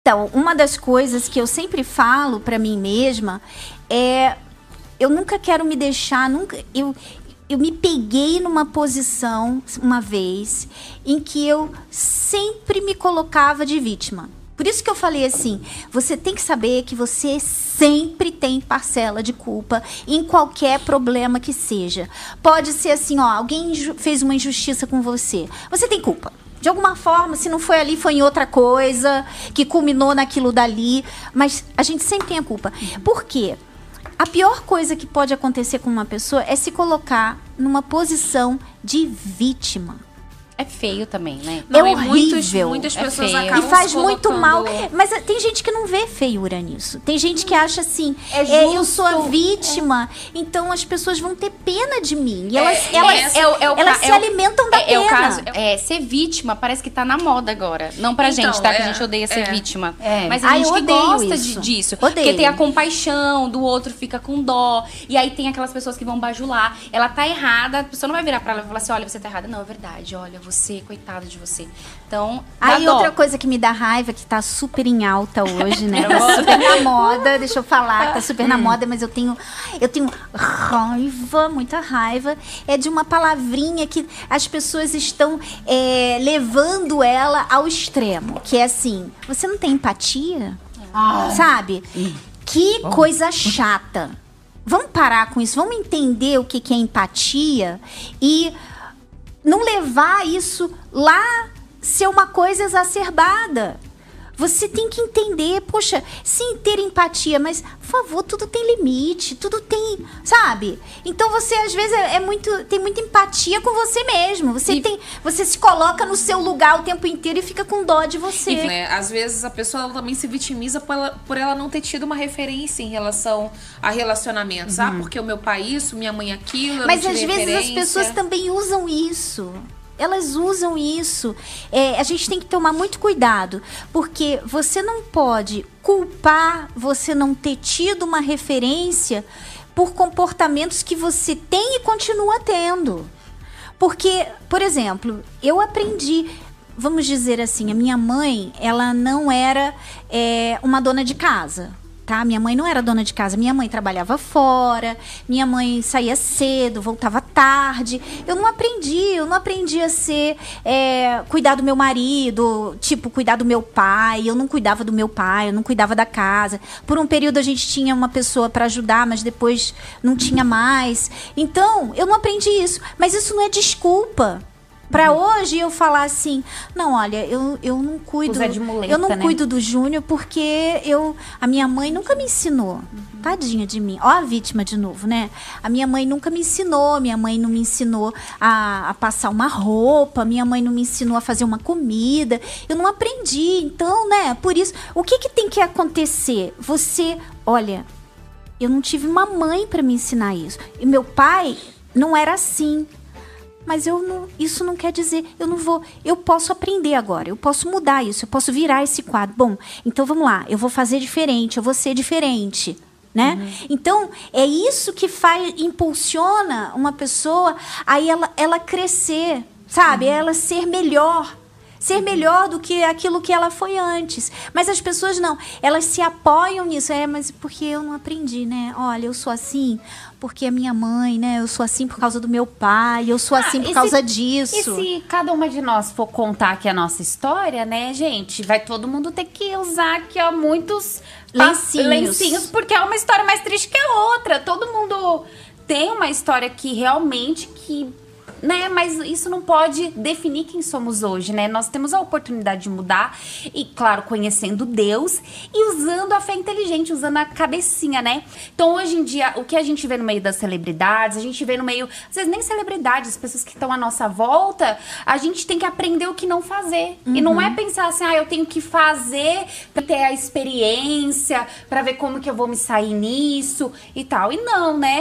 Então, uma das coisas que eu sempre falo para mim mesma é: eu nunca quero me deixar, eu me peguei numa posição uma vez em que eu sempre me colocava de vítima. Por isso que eu falei assim: você tem que saber que você sempre tem parcela de culpa em qualquer problema que seja. Pode ser assim, ó, alguém fez uma injustiça com você. Você tem culpa. De alguma forma, se não foi ali, foi em outra coisa, que culminou naquilo dali. Mas a gente sempre tem a culpa. Por quê? A pior coisa que pode acontecer com uma pessoa é se colocar numa posição de vítima. É feio também, né? É horrível. Muitas pessoas feio. acabam E faz se muito colocando... mal. Mas tem gente que não vê feiura nisso. Tem gente que acha assim, eu sou a vítima, então as pessoas vão ter pena de mim. E elas se alimentam da pena. É o caso, ser vítima parece que tá na moda agora. Não pra gente, tá? Que a gente odeia ser vítima. Mas a gente que gosta disso. Porque tem a compaixão, do outro fica com dó. E aí tem aquelas pessoas que vão bajular. Ela tá errada, a pessoa não vai virar pra ela e falar assim: olha, você tá errada. Não, é verdade, olha, você, coitado de você. Então, aí outra coisa que me dá raiva, que tá super em alta hoje, né? Tá super na moda, deixa eu falar, tá super na moda, mas eu tenho raiva, muita raiva, é de uma palavrinha que as pessoas estão levando ela ao extremo, que é assim: você não tem empatia? Sabe? Que coisa chata. Vamos parar com isso, vamos entender o que é empatia e não levar isso lá ser uma coisa exacerbada. Você tem que entender, poxa, sim, ter empatia, mas, por favor, tudo tem limite, tudo tem, sabe? Então você, às vezes, tem muita empatia com você mesmo. Você se coloca no seu lugar o tempo inteiro e fica com dó de você. E, né, às vezes a pessoa ela também se vitimiza por ela não ter tido uma referência em relação a relacionamentos. Porque o meu pai isso, minha mãe aquilo, mas às vezes as pessoas também usam isso. Elas usam isso. A gente tem que tomar muito cuidado, porque você não pode culpar você não ter tido uma referência por comportamentos que você tem e continua tendo. Porque, por exemplo, eu aprendi, vamos dizer assim, a minha mãe, ela não era uma dona de casa. Tá? Minha mãe não era dona de casa, minha mãe trabalhava fora, minha mãe saía cedo, voltava tarde. Eu não aprendi a ser, cuidar do meu marido, tipo, cuidar do meu pai. Eu não cuidava do meu pai, eu não cuidava da casa. Por um período a gente tinha uma pessoa para ajudar, mas depois não tinha mais. Então, eu não aprendi isso, mas isso não é desculpa. Pra hoje eu falar assim: não, olha, eu não cuido. Usa de muleta, eu não né? cuido do Júnior porque a minha mãe nunca me ensinou. Tadinha de mim. Ó, a vítima de novo, né? A minha mãe nunca me ensinou. Minha mãe não me ensinou a passar uma roupa. Minha mãe não me ensinou a fazer uma comida. Eu não aprendi. Então, né? Por isso, o que tem que acontecer? Olha, eu não tive uma mãe pra me ensinar isso. E meu pai não era assim. Mas isso não quer dizer, eu posso aprender agora, eu posso mudar isso, eu posso virar esse quadro. Bom, então vamos lá, eu vou fazer diferente, eu vou ser diferente, né? Então, é isso que impulsiona uma pessoa a ela crescer, sabe? Ela ser melhor. Ser melhor do que aquilo que ela foi antes. Mas as pessoas não. Elas se apoiam nisso. Mas porque eu não aprendi, né? Olha, eu sou assim porque a minha mãe, né? Eu sou assim por causa do meu pai. Eu sou assim por causa disso. E se cada uma de nós for contar aqui a nossa história, né, gente? Vai todo mundo ter que usar aqui, ó, muitos lencinhos. Porque é uma história mais triste que a outra. Todo mundo tem uma história que realmente né? Mas isso não pode definir quem somos hoje, né? Nós temos a oportunidade de mudar e, claro, conhecendo Deus e usando a fé inteligente, usando a cabecinha, né? Então, hoje em dia, o que a gente vê no meio das celebridades, a gente vê no meio, às vezes nem celebridades, as pessoas que estão à nossa volta, a gente tem que aprender o que não fazer. E não é pensar assim, eu tenho que fazer pra ter a experiência, pra ver como que eu vou me sair nisso e tal. E não, né?